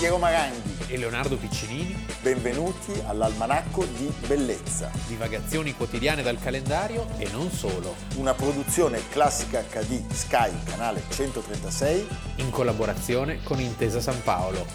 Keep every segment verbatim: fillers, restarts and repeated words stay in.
Piero Maranghi e Leonardo Piccinini. Benvenuti all'Almanacco di Bellezza. Divagazioni quotidiane dal calendario e non solo. Una produzione Classica acca di Sky, canale centotrentasei. In collaborazione con Intesa San Paolo.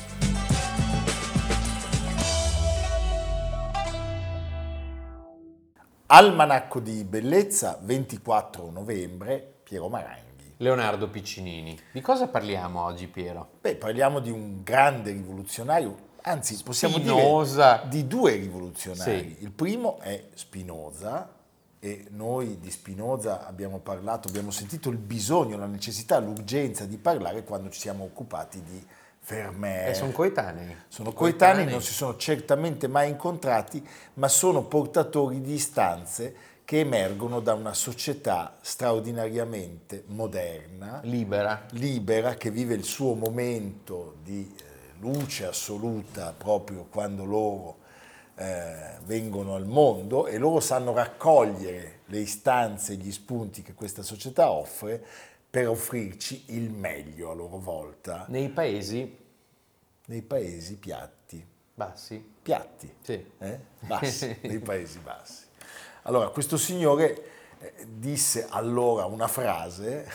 Almanacco di Bellezza, ventiquattro novembre, Piero Maranghi. Leonardo Piccinini. Di cosa parliamo oggi, Piero? Beh, parliamo di un grande rivoluzionario, anzi possiamo Spinoza. dire di due rivoluzionari. Sì. Il primo è Spinoza e noi di Spinoza abbiamo parlato, abbiamo sentito il bisogno, la necessità, l'urgenza di parlare quando ci siamo occupati di Vermeer. E sono coetanei. Sono coetanei, non si sono certamente mai incontrati, ma sono portatori di istanze che emergono da una società straordinariamente moderna, Libera. libera, che vive il suo momento di eh, luce assoluta proprio quando loro eh, vengono al mondo, e loro sanno raccogliere le istanze e gli spunti che questa società offre per offrirci il meglio a loro volta. Nei paesi Nei paesi piatti. bassi. Piatti? Sì. Eh? Bassi, nei paesi bassi. Allora, questo signore eh, disse allora una frase: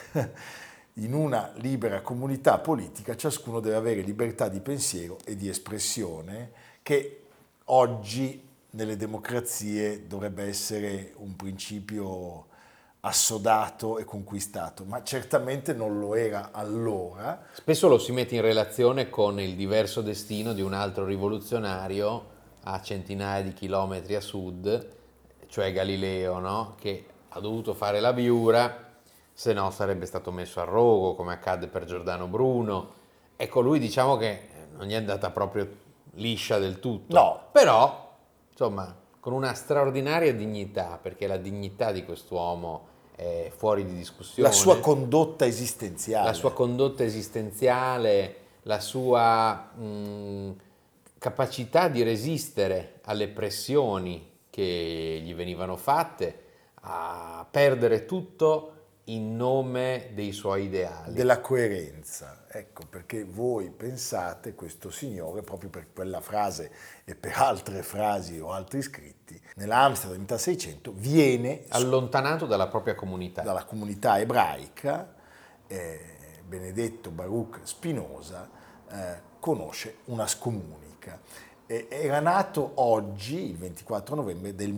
in una libera comunità politica ciascuno deve avere libertà di pensiero e di espressione, che oggi nelle democrazie dovrebbe essere un principio assodato e conquistato, ma certamente non lo era allora. Spesso lo si mette in relazione con il diverso destino di un altro rivoluzionario a centinaia di chilometri a sud, cioè Galileo, no? Che ha dovuto fare la viura, se no sarebbe stato messo a rogo, come accadde per Giordano Bruno. Ecco, lui diciamo che non gli è andata proprio liscia del tutto. No. Però, insomma, con una straordinaria dignità, perché la dignità di quest'uomo è fuori di discussione. La sua condotta esistenziale. La sua condotta esistenziale, la sua mh, capacità di resistere alle pressioni che gli venivano fatte, a perdere tutto in nome dei suoi ideali. Della coerenza, ecco, perché voi pensate questo signore, proprio per quella frase e per altre frasi o altri scritti, nell'Amsterdam milleseicento viene allontanato dalla propria comunità. Dalla comunità ebraica, eh, Benedetto Baruch Spinoza eh, conosce una scomunica. Eh, era nato oggi, il ventiquattro novembre del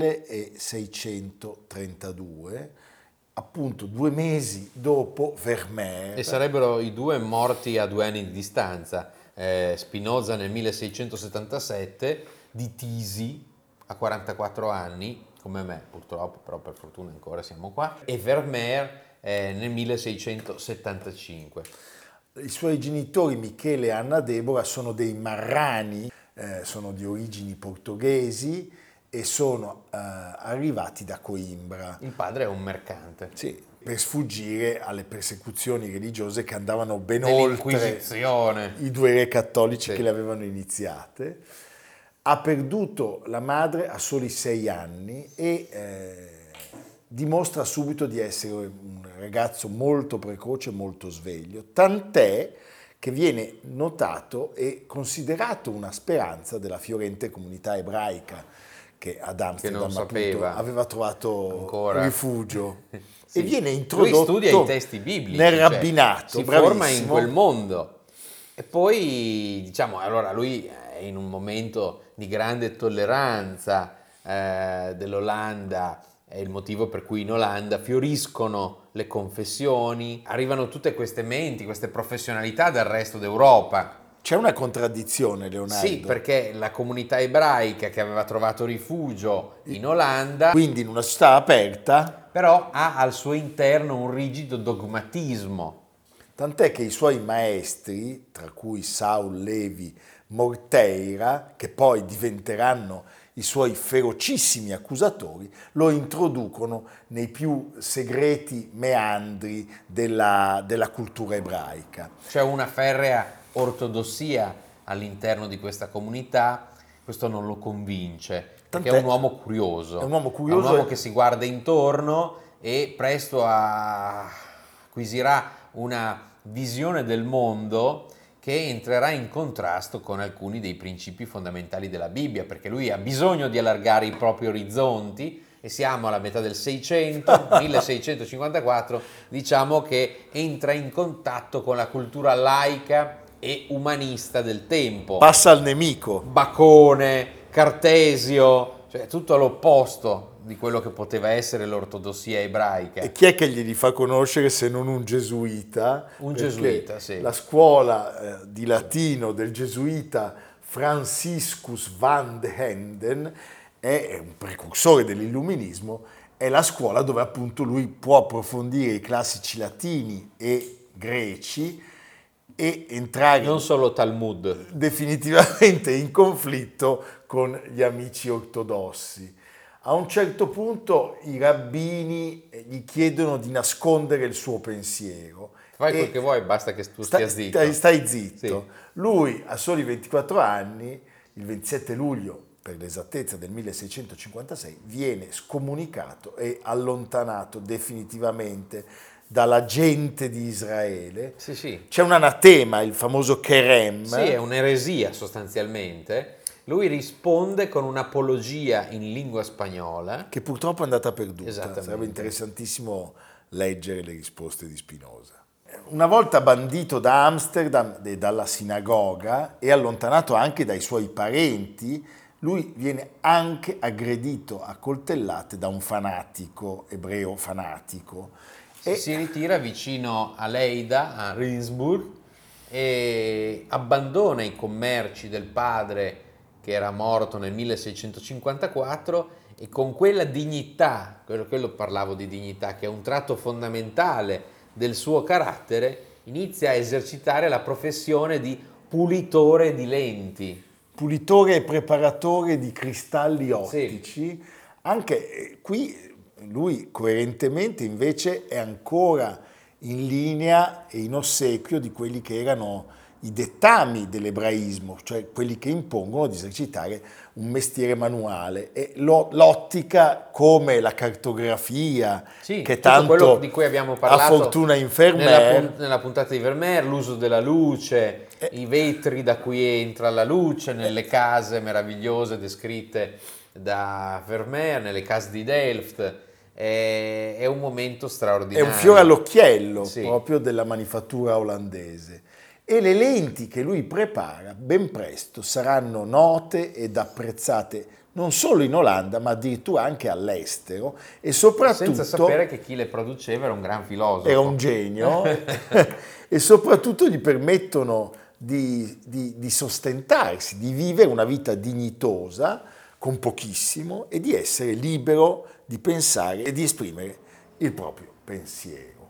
milleseicentotrentadue, appunto due mesi dopo Vermeer. E sarebbero i due morti a due anni di distanza. Eh, Spinoza nel milleseicentosettantasette, di Tisi a quarantaquattro anni, come me purtroppo, però per fortuna ancora siamo qua, e Vermeer eh, nel milleseicentosettantacinque. I suoi genitori, Michele e Anna Deborah, sono dei marrani, eh, sono di origini portoghesi e sono eh, arrivati da Coimbra. Il padre è un mercante. Sì, per sfuggire alle persecuzioni religiose che andavano ben oltre i due re cattolici, sì, che le avevano iniziate. Ha perduto la madre a soli sei anni e eh, dimostra subito di essere un ragazzo molto precoce, molto sveglio, tant'è che viene notato e considerato una speranza della fiorente comunità ebraica, che ad Amsterdam che appunto aveva trovato ancora rifugio. Sì. E viene introdotto. Lui studia i testi biblici, nel rabbinato, cioè, si bravissimo. forma in quel mondo. E poi, diciamo, allora lui è in un momento di grande tolleranza eh, dell'Olanda, è il motivo per cui in Olanda fioriscono le confessioni, arrivano tutte queste menti, queste professionalità dal resto d'Europa. C'è una contraddizione, Leonardo. Sì, perché la comunità ebraica che aveva trovato rifugio in Olanda, quindi in una società aperta, però ha al suo interno un rigido dogmatismo. Tant'è che i suoi maestri, tra cui Saul Levi Morteira, che poi diventeranno i suoi ferocissimi accusatori, lo introducono nei più segreti meandri della, della cultura ebraica. C'è una ferrea ortodossia all'interno di questa comunità, questo non lo convince, perché Tant'è, è un uomo curioso, è un uomo curioso, è un uomo che si guarda intorno e presto acquisirà una visione del mondo che entrerà in contrasto con alcuni dei principi fondamentali della Bibbia, perché lui ha bisogno di allargare i propri orizzonti, e siamo alla metà del Seicento, milleseicentocinquantaquattro, diciamo che entra in contatto con la cultura laica e umanista del tempo. Passa al nemico. Bacone, Cartesio, cioè tutto all'opposto di quello che poteva essere l'ortodossia ebraica. E chi è che glieli fa conoscere se non un gesuita? Un gesuita, sì. La scuola eh, di latino del gesuita Franciscus van de Henden è un precursore dell'illuminismo, è la scuola dove appunto lui può approfondire i classici latini e greci e entrare non solo Talmud, definitivamente in conflitto con gli amici ortodossi. A un certo punto i rabbini gli chiedono di nascondere il suo pensiero. Fai quel che vuoi, basta che tu stia zitto. Stai, stai zitto. Sì. Lui, a soli ventiquattro anni, il ventisette luglio, per l'esattezza del milleseicentocinquantasei, viene scomunicato e allontanato definitivamente dalla gente di Israele. Sì, sì. C'è un anatema, il famoso Kerem. Sì, è un'eresia sostanzialmente. Lui risponde con un'apologia in lingua spagnola. Che purtroppo è andata perduta. Esattamente. Sarebbe interessantissimo leggere le risposte di Spinoza. Una volta bandito da Amsterdam e dalla sinagoga e allontanato anche dai suoi parenti, lui viene anche aggredito a coltellate da un fanatico, ebreo fanatico. E si ritira vicino a Leida, a Rindsburg, e abbandona i commerci del padre che era morto nel milleseicentocinquantaquattro, e con quella dignità, quello, quello parlavo di dignità, che è un tratto fondamentale del suo carattere, inizia a esercitare la professione di pulitore di lenti. Pulitore e preparatore di cristalli ottici. Sì. Anche qui lui coerentemente invece è ancora in linea e in ossequio di quelli che erano i dettami dell'ebraismo, cioè quelli che impongono di esercitare un mestiere manuale, e l'ottica come la cartografia, sì, che tanto quello di cui abbiamo parlato a fortuna in Vermeer, nella, nella puntata di Vermeer, l'uso della luce, eh, i vetri da cui entra la luce nelle case meravigliose descritte da Vermeer, nelle case di Delft. È, è un momento straordinario. È un fiore all'occhiello, sì, proprio della manifattura olandese. E le lenti che lui prepara ben presto saranno note ed apprezzate non solo in Olanda, ma addirittura anche all'estero, e soprattutto... Senza sapere che chi le produceva era un gran filosofo. Era un genio, e soprattutto gli permettono di, di, di sostentarsi, di vivere una vita dignitosa, con pochissimo, e di essere libero di pensare e di esprimere il proprio pensiero.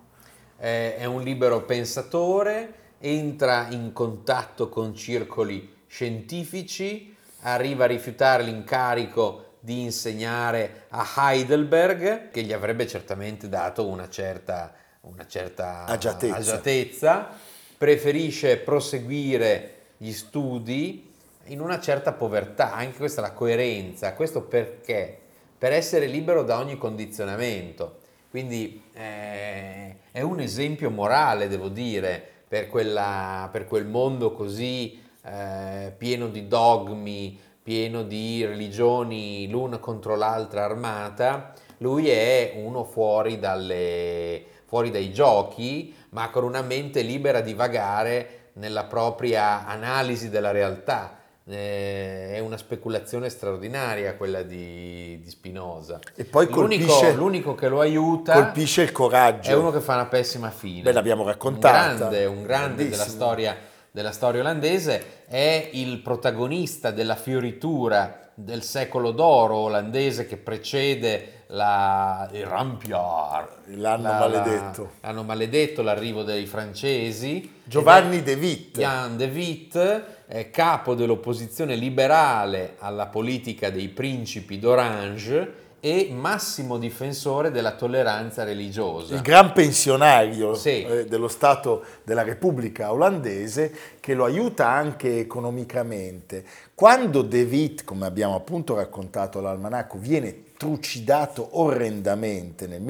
È un libero pensatore, entra in contatto con circoli scientifici, arriva a rifiutare l'incarico di insegnare a Heidelberg, che gli avrebbe certamente dato una certa, una certa agiatezza. agiatezza, preferisce proseguire gli studi in una certa povertà, anche questa è la coerenza, questo perché? Per essere libero da ogni condizionamento, quindi eh, è un esempio morale, devo dire, per, quella, per quel mondo così eh, pieno di dogmi, pieno di religioni l'una contro l'altra armata. Lui è uno fuori, dalle, fuori dai giochi, ma con una mente libera di vagare nella propria analisi della realtà. Eh, è una speculazione straordinaria quella di, di Spinoza. E poi l'unico, colpisce, l'unico che lo aiuta colpisce il coraggio. È uno che fa una pessima fine. Beh, l'abbiamo raccontata. Un grande, un grande della storia, della storia olandese, è il protagonista della fioritura del secolo d'oro olandese che precede la, il Rampiar, l'anno la, maledetto. La, l'anno maledetto, l'arrivo dei francesi. Giovanni de Witt. Jan de Witt, eh, capo dell'opposizione liberale alla politica dei principi d'Orange e massimo difensore della tolleranza religiosa. Il gran pensionario sì. eh, dello Stato della Repubblica olandese, che lo aiuta anche economicamente. Quando de Witt, come abbiamo appunto raccontato all'almanacco, viene trucidato orrendamente nel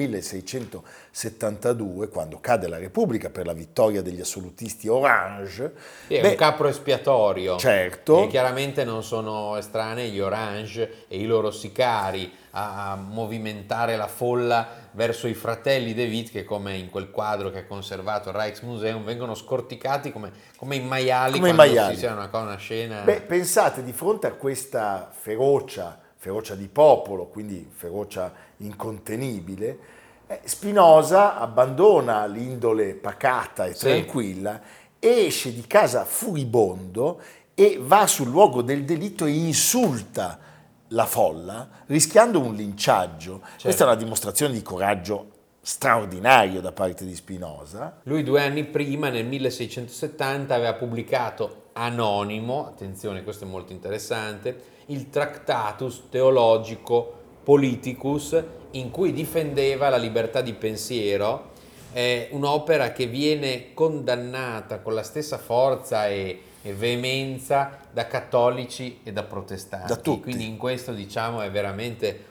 milleseicentosettantadue, quando cade la Repubblica per la vittoria degli assolutisti Orange. Sì, è Beh, un capro espiatorio. Certo. E chiaramente non sono estranei gli Orange e i loro sicari a movimentare la folla verso i fratelli De Witt, che come in quel quadro che ha conservato il Rijksmuseum vengono scorticati come, come i maiali come quando i maiali. si sia una, una scena. Beh, pensate, di fronte a questa ferocia, ferocia di popolo, quindi ferocia incontenibile, eh, Spinoza abbandona l'indole pacata e Sì. tranquilla, esce di casa furibondo e va sul luogo del delitto e insulta la folla, rischiando un linciaggio. Certo. Questa è una dimostrazione di coraggio straordinario da parte di Spinoza. Lui due anni prima, nel milleseicentosettanta, aveva pubblicato anonimo, attenzione, questo è molto interessante, il Tractatus Theologico Politicus, in cui difendeva la libertà di pensiero, è un'opera che viene condannata con la stessa forza e, e veemenza da cattolici e da protestanti. Da tutti. Quindi in questo, diciamo, è veramente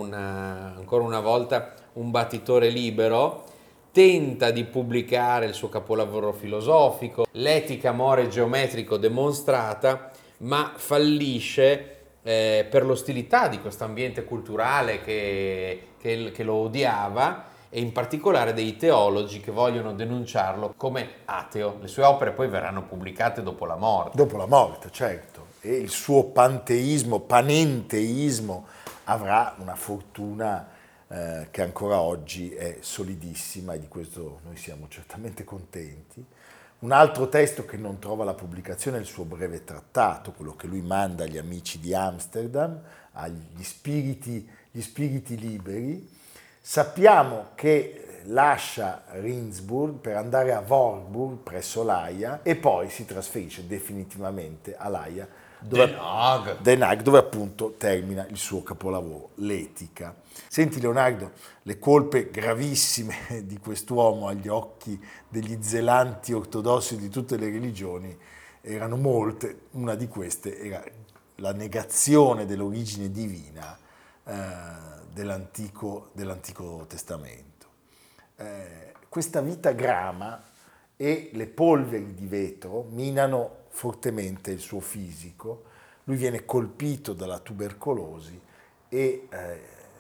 una, ancora una volta un battitore libero. Tenta di pubblicare il suo capolavoro filosofico, l'Etica More Geometrico Demonstrata, ma fallisce eh, per l'ostilità di questo ambiente culturale che, che, che lo odiava, e in particolare dei teologi che vogliono denunciarlo come ateo. Le sue opere poi verranno pubblicate dopo la morte. Dopo la morte, certo. E il suo panteismo, panenteismo avrà una fortuna eh, che ancora oggi è solidissima, e di questo noi siamo certamente contenti. Un altro testo che non trova la pubblicazione è il suo breve trattato, quello che lui manda agli amici di Amsterdam, agli spiriti, gli spiriti liberi. Sappiamo che lascia Rindsburg per andare a Warburg presso l'Aia e poi si trasferisce definitivamente all'Aia, dove, Den Haag. Den Haag, dove appunto termina il suo capolavoro, l'Etica. Senti Leonardo, le colpe gravissime di quest'uomo agli occhi degli zelanti ortodossi di tutte le religioni erano molte. Una di queste era la negazione dell'origine divina eh, dell'antico, dell'Antico Testamento. Eh, questa vita grama e le polveri di vetro minano fortemente il suo fisico. Lui viene colpito dalla tubercolosi e eh,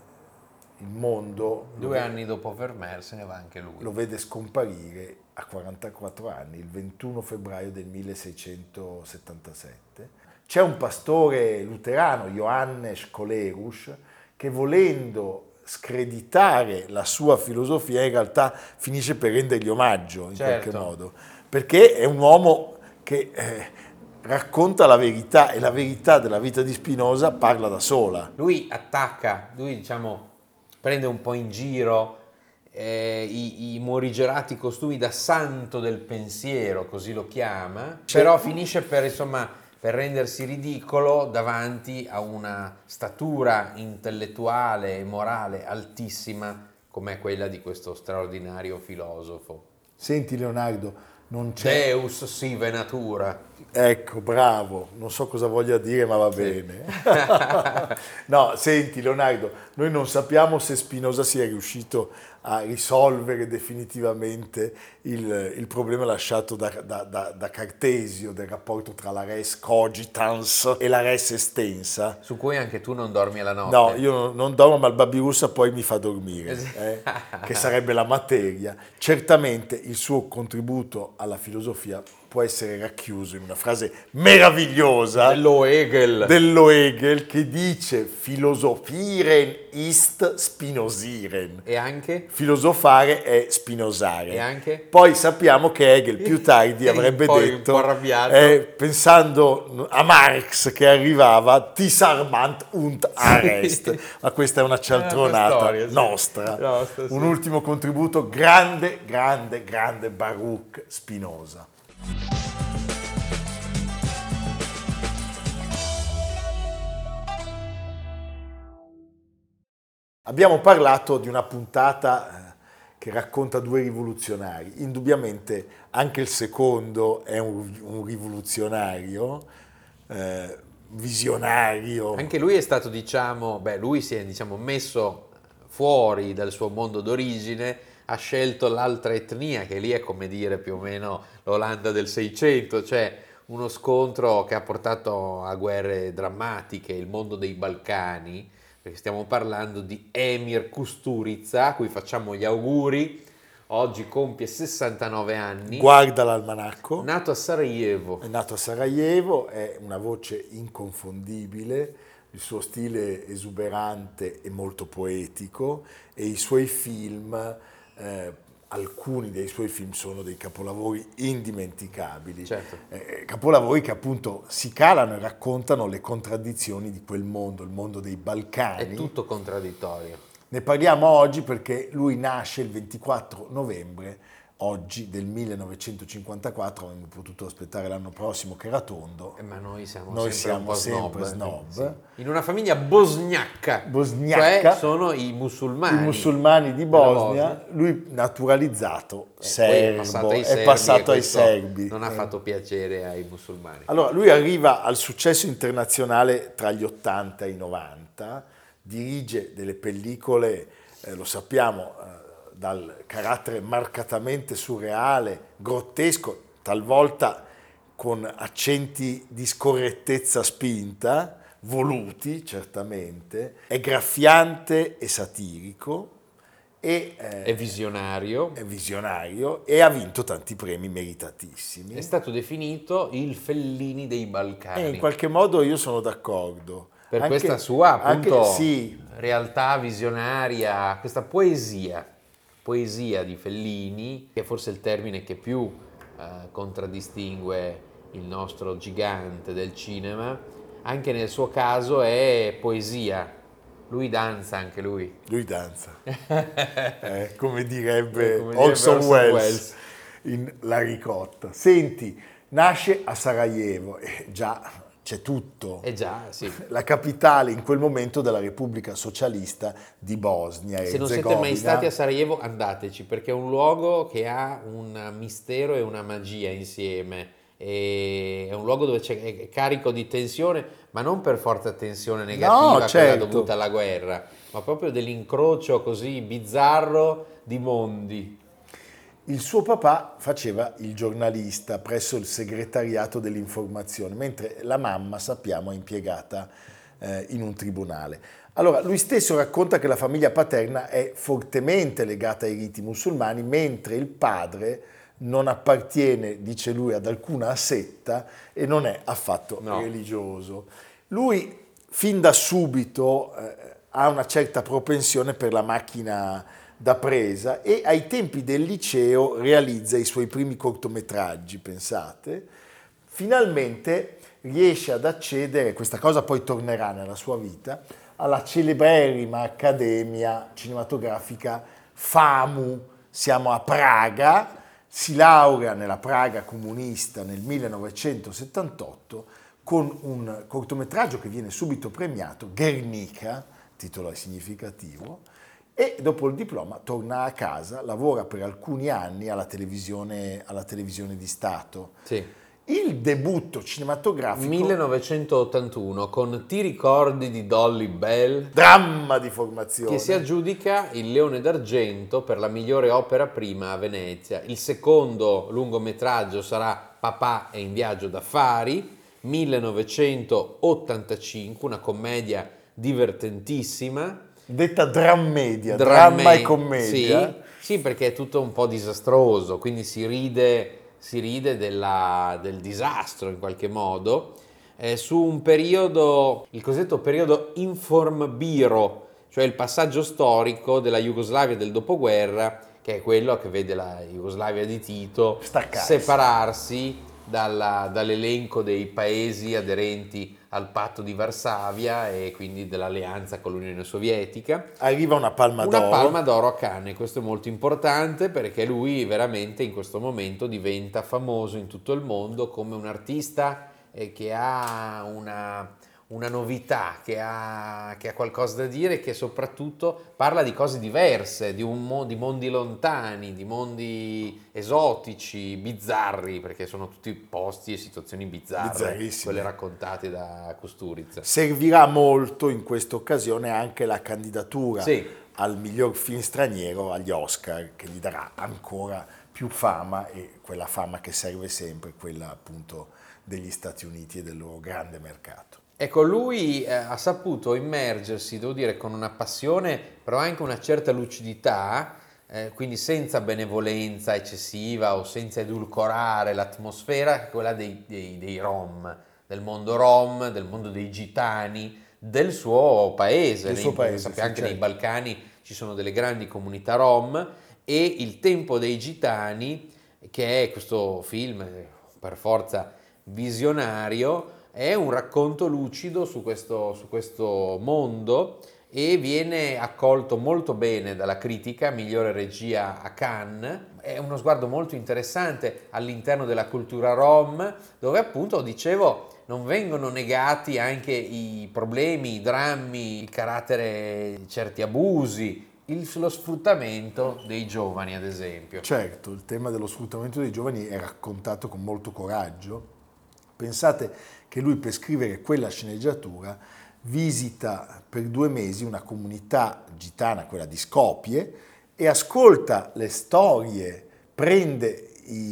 il mondo... Due anni dopo Vermeer se ne va anche lui. Lo vede scomparire a quarantaquattro anni, il ventuno febbraio del milleseicentosettantasette. C'è un pastore luterano, Johannes Colerus, che volendo screditare la sua filosofia in realtà finisce per rendergli omaggio in certo. qualche modo, perché è un uomo che eh, racconta la verità, e la verità della vita di Spinoza parla da sola. Lui attacca, lui diciamo prende un po' in giro eh, i, i morigerati costumi da santo del pensiero, così lo chiama, C'è... però finisce per insomma per rendersi ridicolo davanti a una statura intellettuale e morale altissima come quella di questo straordinario filosofo. Senti Leonardo, non c'è... Deus sive natura. Ecco, bravo, non so cosa voglia dire, ma va sì. bene. No, senti Leonardo, noi non sappiamo se Spinoza sia riuscito a risolvere definitivamente il, il problema lasciato da, da, da, da Cartesio del rapporto tra la res cogitans e la res extensa. Su cui anche tu non dormi alla notte. No, io non, non dormo, ma il Babirussa poi mi fa dormire, eh, che sarebbe la materia. Certamente il suo contributo alla filosofia può essere racchiuso in una frase meravigliosa dello Hegel, dello Hegel che dice filosophieren ist Spinosiren. E anche? Filosofare è spinosare. E anche? Poi sappiamo che Hegel più tardi avrebbe poi detto, un po' arrabbiato, eh, pensando a Marx che arrivava, Tisarmant und Arrest. Sì. Ma questa è una cialtronata storia, nostra. Sì. nostra sì. Un ultimo contributo, grande, grande, grande Baruch Spinoza. Abbiamo parlato di una puntata che racconta due rivoluzionari. Indubbiamente anche il secondo è un, un rivoluzionario, eh, visionario. Anche lui è stato, diciamo, beh, lui si è diciamo, messo fuori dal suo mondo d'origine, ha scelto l'altra etnia, che lì è come dire più o meno l'Olanda del Seicento, cioè uno scontro che ha portato a guerre drammatiche, il mondo dei Balcani, perché stiamo parlando di Emir Kusturica, a cui facciamo gli auguri. Oggi compie sessantanove anni. Guarda l'almanacco. Nato a Sarajevo. È nato a Sarajevo, è una voce inconfondibile, il suo stile esuberante e molto poetico, e i suoi film, eh, alcuni dei suoi film sono dei capolavori indimenticabili. Certo. Eh, capolavori che appunto si calano e raccontano le contraddizioni di quel mondo, il mondo dei Balcani. È tutto contraddittorio. Ne parliamo oggi perché lui nasce il ventiquattro novembre, oggi, del millenovecentocinquantaquattro, avremmo potuto aspettare l'anno prossimo che era tondo. Eh, ma noi siamo noi sempre siamo un po' sempre snob. snob. Sì. In una famiglia bosgnacca, bosgnacca, cioè sono i musulmani. I musulmani di Bosnia, Bosnia. Lui naturalizzato eh, serbo, è passato ai è serbi, passato ai serbi. Non ha fatto piacere ai musulmani. Allora, lui arriva al successo internazionale tra gli ottanta e i novanta, dirige delle pellicole, eh, lo sappiamo, eh, dal carattere marcatamente surreale, grottesco, talvolta con accenti di scorrettezza spinta, voluti certamente, è graffiante e satirico, e, eh, è visionario. È visionario e ha vinto tanti premi meritatissimi. È stato definito il Fellini dei Balcani. E in qualche modo io sono d'accordo. Per anche, questa sua appunto anche, sì. realtà visionaria, questa poesia, poesia di Fellini, che è forse il termine che più eh, contraddistingue il nostro gigante del cinema, anche nel suo caso è poesia. Lui danza anche lui. Lui danza. eh, come direbbe, eh, come Orson, Orson Welles, Welles in La ricotta. Senti, nasce a Sarajevo, eh, già c'è tutto. Eh già, sì. La capitale in quel momento della Repubblica Socialista di Bosnia e Se non Erzegovina. siete mai stati a Sarajevo, andateci, perché è un luogo che ha un mistero e una magia insieme. E è un luogo dove c'è, è carico di tensione, ma non per forza tensione negativa, no, certo. quella dovuta alla guerra, ma proprio dell'incrocio così bizzarro di mondi. Il suo papà faceva il giornalista presso il segretariato dell'informazione, mentre la mamma, sappiamo, è impiegata eh, in un tribunale. Allora, lui stesso racconta che la famiglia paterna è fortemente legata ai riti musulmani, mentre il padre non appartiene, dice lui, ad alcuna setta e non è affatto no. religioso. Lui, fin da subito, eh, ha una certa propensione per la macchina da presa e ai tempi del liceo realizza i suoi primi cortometraggi, pensate. Finalmente riesce ad accedere, questa cosa poi tornerà nella sua vita, alla celeberrima accademia cinematografica FAMU. Siamo a Praga, si laurea nella Praga comunista nel millenovecentosettantotto con un cortometraggio che viene subito premiato, Guernica, titolo è significativo, e dopo il diploma torna a casa, lavora per alcuni anni alla televisione, alla televisione di Stato. Sì. Il debutto cinematografico... millenovecentottantuno, con Ti ricordi di Dolly Bell? Dramma di formazione. Che si aggiudica il Leone d'Argento per la migliore opera prima a Venezia. Il secondo lungometraggio sarà Papà è in viaggio d'affari, millenovecentottantacinque, una commedia divertentissima. Detta drammedia, Dramme- dramma e commedia. Sì, sì, perché è tutto un po' disastroso, quindi si ride, si ride della, del disastro in qualche modo, eh, su un periodo, il cosiddetto periodo Informbiro, cioè il passaggio storico della Jugoslavia del dopoguerra, che è quello che vede la Jugoslavia di Tito Staccarsi. separarsi dalla, dall'elenco dei paesi aderenti al patto di Varsavia e quindi dell'alleanza con l'Unione Sovietica. Arriva una palma d'oro. Una palma d'oro a Cannes, questo è molto importante perché lui veramente in questo momento diventa famoso in tutto il mondo come un artista eh, che ha una, una novità, che ha, che ha qualcosa da dire, che soprattutto parla di cose diverse, di, un mo- di mondi lontani, di mondi esotici, bizzarri, perché sono tutti posti e situazioni bizzarre, quelle raccontate da Kusturica. Servirà molto in questa occasione anche la candidatura sì. al miglior film straniero agli Oscar, che gli darà ancora più fama, e quella fama che serve sempre, quella appunto degli Stati Uniti e del loro grande mercato. Ecco, lui eh, ha saputo immergersi, devo dire, con una passione, però anche una certa lucidità, eh, quindi senza benevolenza eccessiva o senza edulcorare l'atmosfera, quella dei, dei, dei Rom, del mondo Rom, del mondo dei gitani, del suo paese. Del suo nei, paese, sapete, sì, anche certo. nei Balcani ci sono delle grandi comunità Rom, e Il tempo dei gitani, che è questo film per forza visionario, è un racconto lucido su questo, su questo mondo, e viene accolto molto bene dalla critica, migliore regia a Cannes. È uno sguardo molto interessante all'interno della cultura rom, dove appunto, dicevo, non vengono negati anche i problemi, i drammi, il carattere di certi abusi, il, lo sfruttamento dei giovani, ad esempio. Certo, il tema dello sfruttamento dei giovani è raccontato con molto coraggio. Pensate che lui, per scrivere quella sceneggiatura, visita per due mesi una comunità gitana, quella di Skopje, e ascolta le storie, prende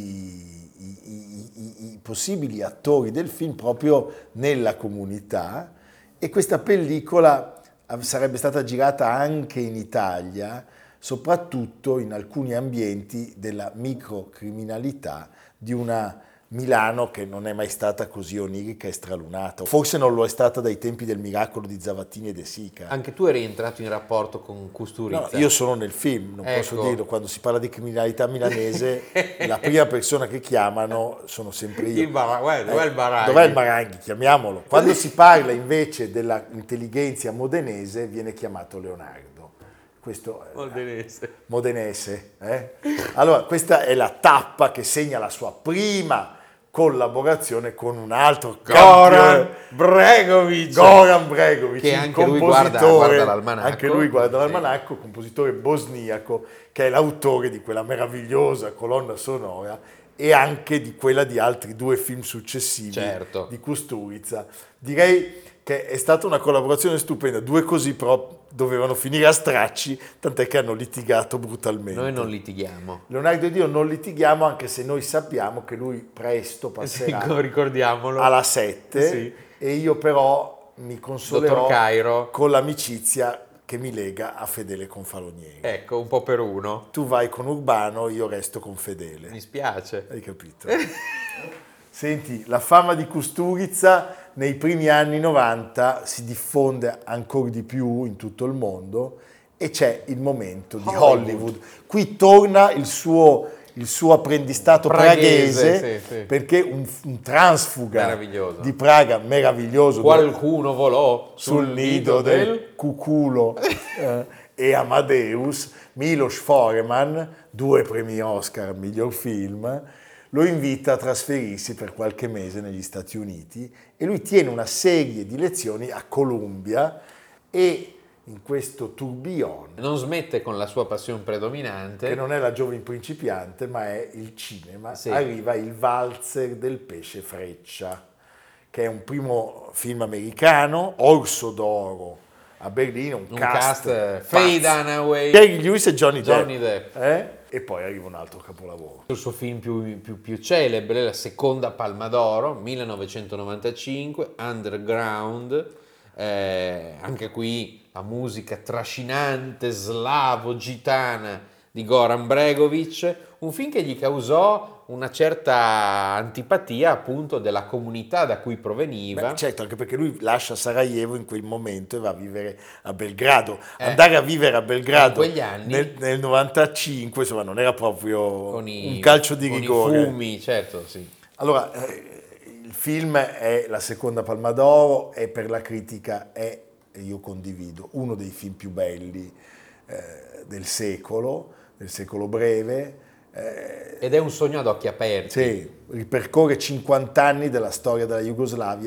i, i, i, i, i possibili attori del film proprio nella comunità, e questa pellicola sarebbe stata girata anche in Italia, soprattutto in alcuni ambienti della microcriminalità di una Milano che non è mai stata così onirica e stralunata. Forse non lo è stata dai tempi del Miracolo di Zavattini e De Sica. Anche tu eri entrato in rapporto con Kusturica? No, io sono nel film, non ecco. posso dirlo. Quando si parla di criminalità milanese, la prima persona che chiamano sono sempre io. Il Bar- eh, dov'è il Baranghi? Dov'è il Baranghi? Chiamiamolo. Quando si parla invece dell'intelligenza modenese, viene chiamato Leonardo. Questo modenese. Modenese eh? Allora, questa è la tappa che segna la sua prima collaborazione con un altro Goran Bregovic. Goran Bregovic, che anche lui guarda, guarda l'almanacco. Anche lui guarda l'almanacco, compositore bosniaco, che è l'autore di quella meravigliosa colonna sonora e anche di quella di altri due film successivi, certo, di Kusturica. Direi che è stata una collaborazione stupenda, due così però dovevano finire a stracci, tant'è che hanno litigato brutalmente. Noi non litighiamo. Leonardo ed io non litighiamo, anche se noi sappiamo che lui presto passerà sì, ricordiamolo. alla sette, sì. E io però mi consolerò con l'amicizia che mi lega a Fedele Confalonieri. Ecco, un po' per uno. Tu vai con Urbano, io resto con Fedele. Mi spiace. Hai capito? Senti, la fama di Kusturica nei primi anni novanta si diffonde ancora di più in tutto il mondo e c'è il momento di Hollywood. Hollywood. Qui torna il suo, il suo apprendistato praghese, praghese sì, sì. Perché un, un transfuga di Praga meraviglioso. Qualcuno volò sul, sul nido del, del cuculo eh, e Amadeus, Milos Forman, due premi Oscar, miglior film, lo invita a trasferirsi per qualche mese negli Stati Uniti e lui tiene una serie di lezioni a Columbia e in questo tourbillon non smette con la sua passione predominante, che non è la giovine principiante ma è il cinema, sì. Arriva il Valzer del pesce freccia, che è un primo film americano, Orso d'oro a Berlino, un, un cast, cast Faye Dunaway, Gary Lewis e Johnny, Johnny Depp, Depp. Eh? E poi arriva un altro capolavoro. Il suo film più, più, più celebre, la seconda Palma d'Oro, millenovecentonovantacinque, Underground, eh, anche qui la musica trascinante, slavo, gitana di Goran Bregovic, un film che gli causò una certa antipatia appunto della comunità da cui proveniva. Beh, certo, anche perché lui lascia Sarajevo in quel momento e va a vivere a Belgrado. Eh, Andare a vivere a Belgrado in quegli anni, nel, nel novantacinque, insomma, non era proprio i, un calcio di con rigore. I fumi, certo, sì. Allora, eh, il film è la seconda Palma d'Oro e per la critica è, e io condivido, uno dei film più belli eh, del secolo, del secolo breve. Eh, Ed è un sogno ad occhi aperti. Sì, ripercorre cinquanta anni della storia della Jugoslavia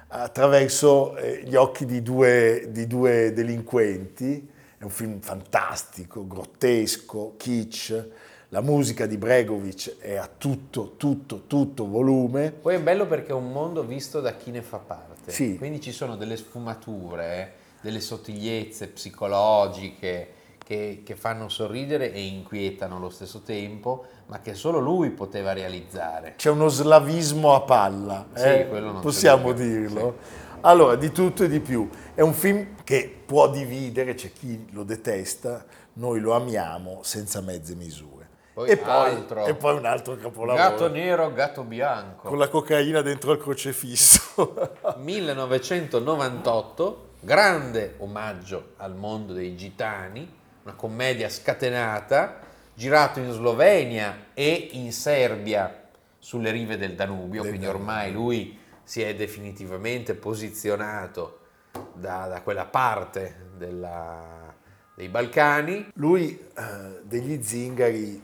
attraverso eh, gli occhi di due, di due delinquenti. È un film fantastico, grottesco, kitsch. La musica di Bregovic è a tutto, tutto, tutto volume. Poi è bello perché è un mondo visto da chi ne fa parte. Sì. Quindi ci sono delle sfumature, delle sottigliezze psicologiche che, che fanno sorridere e inquietano allo stesso tempo, ma che solo lui poteva realizzare. C'è uno slavismo a palla, sì, eh? quello non possiamo dirlo. Sì. Allora, di tutto e di più. È un film che può dividere, c'è chi lo detesta, noi lo amiamo senza mezze misure. Poi E poi, altro. e poi un altro capolavoro. Gatto nero, gatto bianco. Con la cocaina dentro il crocefisso. millenovecentonovantotto, grande omaggio al mondo dei gitani, una commedia scatenata, girato in Slovenia e in Serbia sulle rive del Danubio, del quindi ormai lui si è definitivamente posizionato da, da quella parte della, dei Balcani. Lui eh, degli zingari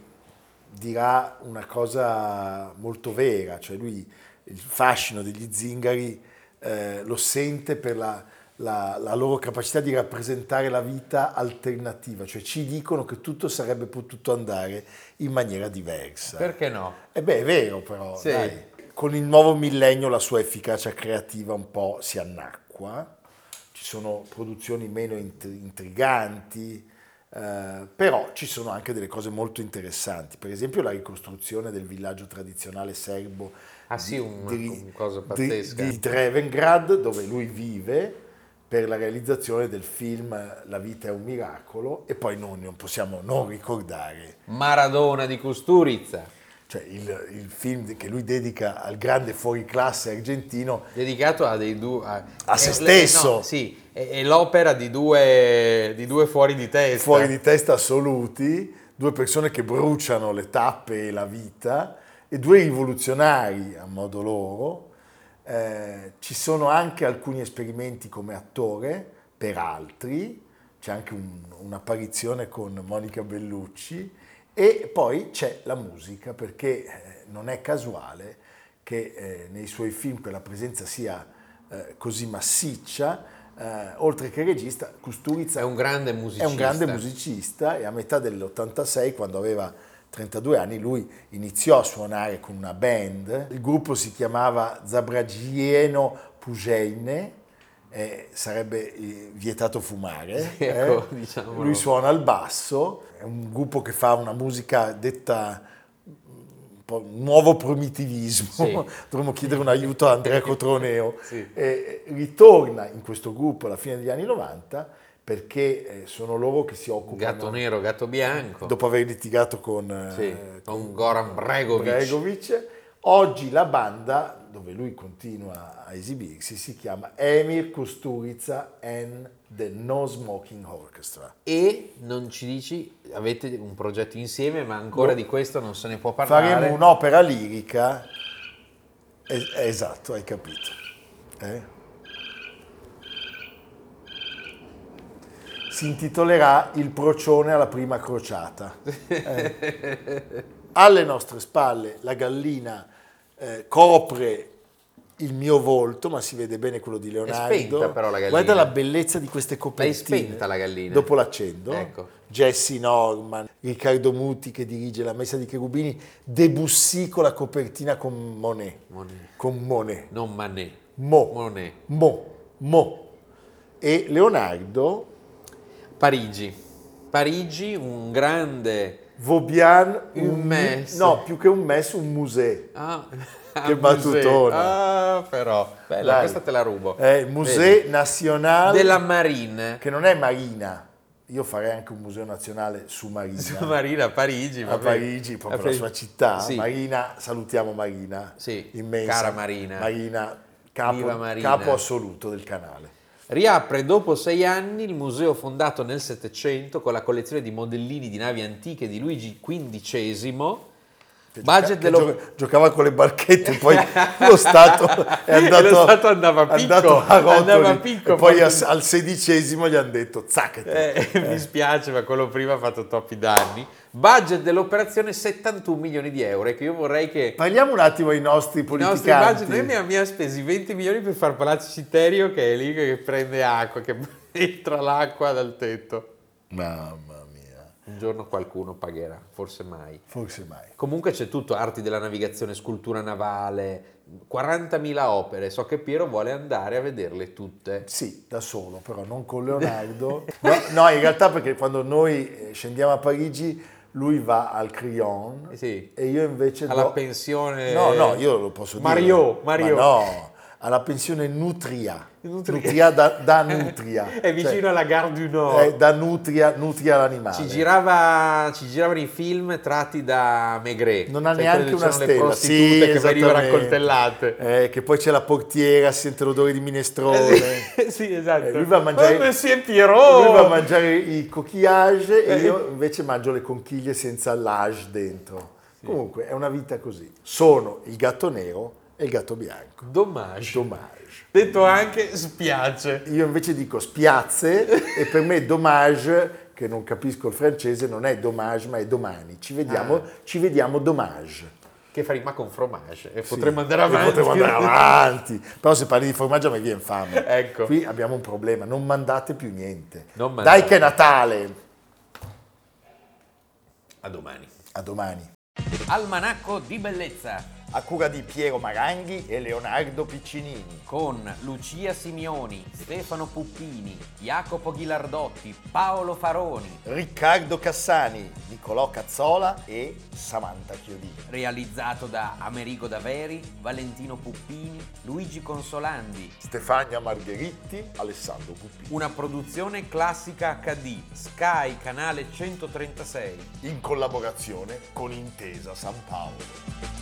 dirà una cosa molto vera, cioè lui il fascino degli zingari eh, lo sente per la, la, la loro capacità di rappresentare la vita alternativa, cioè ci dicono che tutto sarebbe potuto andare in maniera diversa. Perché no? E beh, è vero però, sì. dai. Con il nuovo millennio la sua efficacia creativa un po' si annacqua, ci sono produzioni meno intriganti, Uh, però ci sono anche delle cose molto interessanti, per esempio la ricostruzione del villaggio tradizionale serbo ah, sì, di, una, di, una cosa pazzesca. Di, di Drevengrad, dove lui vive per la realizzazione del film La vita è un miracolo, e poi non, non possiamo non ricordare Maradona di Kusturica, cioè il, il film che lui dedica al grande fuoriclasse argentino, dedicato a dei due a, a se stesso. No, sì, è, è l'opera di due, di due fuori di testa fuori di testa assoluti, due persone che bruciano le tappe e la vita, e due rivoluzionari a modo loro. Eh, ci sono anche alcuni esperimenti come attore per altri, c'è anche un, un'apparizione con Monica Bellucci. E poi c'è la musica, perché eh, non è casuale che eh, nei suoi film quella presenza sia eh, così massiccia, eh, oltre che regista, Kusturica è un grande musicista. È un grande musicista, e a metà dell'ottantasei, quando aveva trentadue anni, lui iniziò a suonare con una band. Il gruppo si chiamava Zabragieno Pujejne, Eh, sarebbe eh, vietato fumare, ecco, eh? diciamolo. Lui suona il basso, è un gruppo che fa una musica detta un po' nuovo primitivismo, sì. Dovremmo chiedere un aiuto a Andrea Cotroneo, sì. eh, ritorna in questo gruppo alla fine degli anni novanta, perché eh, sono loro che si occupano... Gatto nero, gatto bianco. Dopo aver litigato con, sì, eh, con, con Goran Bregovic. Bregovic. Oggi la banda, dove lui continua a esibirsi, si chiama Emir Kusturica and the No Smoking Orchestra. E non ci dici, avete un progetto insieme, ma ancora no. Di questo non se ne può parlare. Faremo un'opera lirica, es- esatto, hai capito. Eh? Si intitolerà Il procione alla prima crociata. Eh. Alle nostre spalle la gallina eh, copre il mio volto, ma si vede bene quello di Leonardo. È spenta però la gallina. Guarda la bellezza di queste copertine. L'hai spenta la gallina? Dopo l'accendo. Ecco. Jesse Norman, Riccardo Muti che dirige La Messa di Cherubini, Debussy con la copertina con Monet. Monet. Con Monet. Non Manet. Mo. Monet. Mo. Mo. E Leonardo... Parigi. Parigi, un grande... Vaubian, un, un mes. No, più che un mes, un musée. Ah, che battutona. Ah, però. Bella, Dai. Questa te la rubo. È il Musée National della Marine. Che non è marina. Io farei anche un museo nazionale su Marina. Su Marina, a Parigi. A Parigi, proprio a la sua città. Sì. Marina, salutiamo Marina. Sì, immensa. Cara Marina. Marina, capo, Marina. capo assoluto del canale. Riapre dopo sei anni il museo fondato nel Settecento con la collezione di modellini di navi antiche di Luigi quindicesimo. Che Budget gioca- dello... gio- giocava con le barchette, poi lo Stato è andato, lo Stato andava è andato picco, a rotoli, andava picco, e poi proprio... al sedicesimo gli hanno detto zacchete. Eh, eh. Mi spiace, ma quello prima ha fatto troppi danni. Budget dell'operazione settantuno milioni di euro. E che io vorrei che... Parliamo un attimo ai nostri politicanti. I nostri budget, noi abbiamo spesi venti milioni per fare Palazzo Citerio, che è lì che prende acqua, che entra l'acqua dal tetto. Mamma mia. Un giorno qualcuno pagherà, forse mai. Forse mai. Comunque c'è tutto, arti della navigazione, scultura navale, quarantamila opere. So che Piero vuole andare a vederle tutte. Sì, da solo, però non con Leonardo. no, no, in realtà perché quando noi scendiamo a Parigi lui va al Crillon sì. e io invece alla do... pensione no no io lo posso Mario, dire Mario. Ma no, alla pensione Nutria Nutria, Nutria da, da Nutria è vicino cioè, alla Gare du Nord, è da Nutria Nutria l'animale. Ci girava ci giravano i film tratti da Maigret, non ha cioè, neanche una stella, le prostitute sì, che venivano accoltellate, eh, che poi c'è la portiera, si sente l'odore di minestrone. eh, sì esatto, eh, lui va a mangiare oh, Pierrot. lui va a mangiare i coquillage eh. e io invece mangio le conchiglie senza l'age dentro. Sì. Comunque è una vita così. Sono il gatto nero e il gatto bianco. Dommage. Dommage. Detto anche spiace. Io invece dico spiazze e per me dommage, che non capisco il francese, non è dommage ma è domani. Ci vediamo, ah. ci vediamo dommage. Che fa rima con fromage e sì, potremmo andare avanti. Potremmo andare avanti. Però se parli di formaggio mi viene fame. Ecco. Qui abbiamo un problema, non mandate più niente. Non mandate. Dai che è Natale. A domani. A domani. Almanacco di bellezza. A cura di Piero Maranghi e Leonardo Piccinini. Con Lucia Simioni, Stefano Puppini, Jacopo Ghilardotti, Paolo Faroni, Riccardo Cassani, Nicolò Cazzola e Samantha Chiodini. Realizzato da Amerigo Daveri, Valentino Puppini, Luigi Consolandi, Stefania Margheritti, Alessandro Puppini. Una produzione Classica acca di, Sky Canale centotrentasei. In collaborazione con Intesa San Paolo.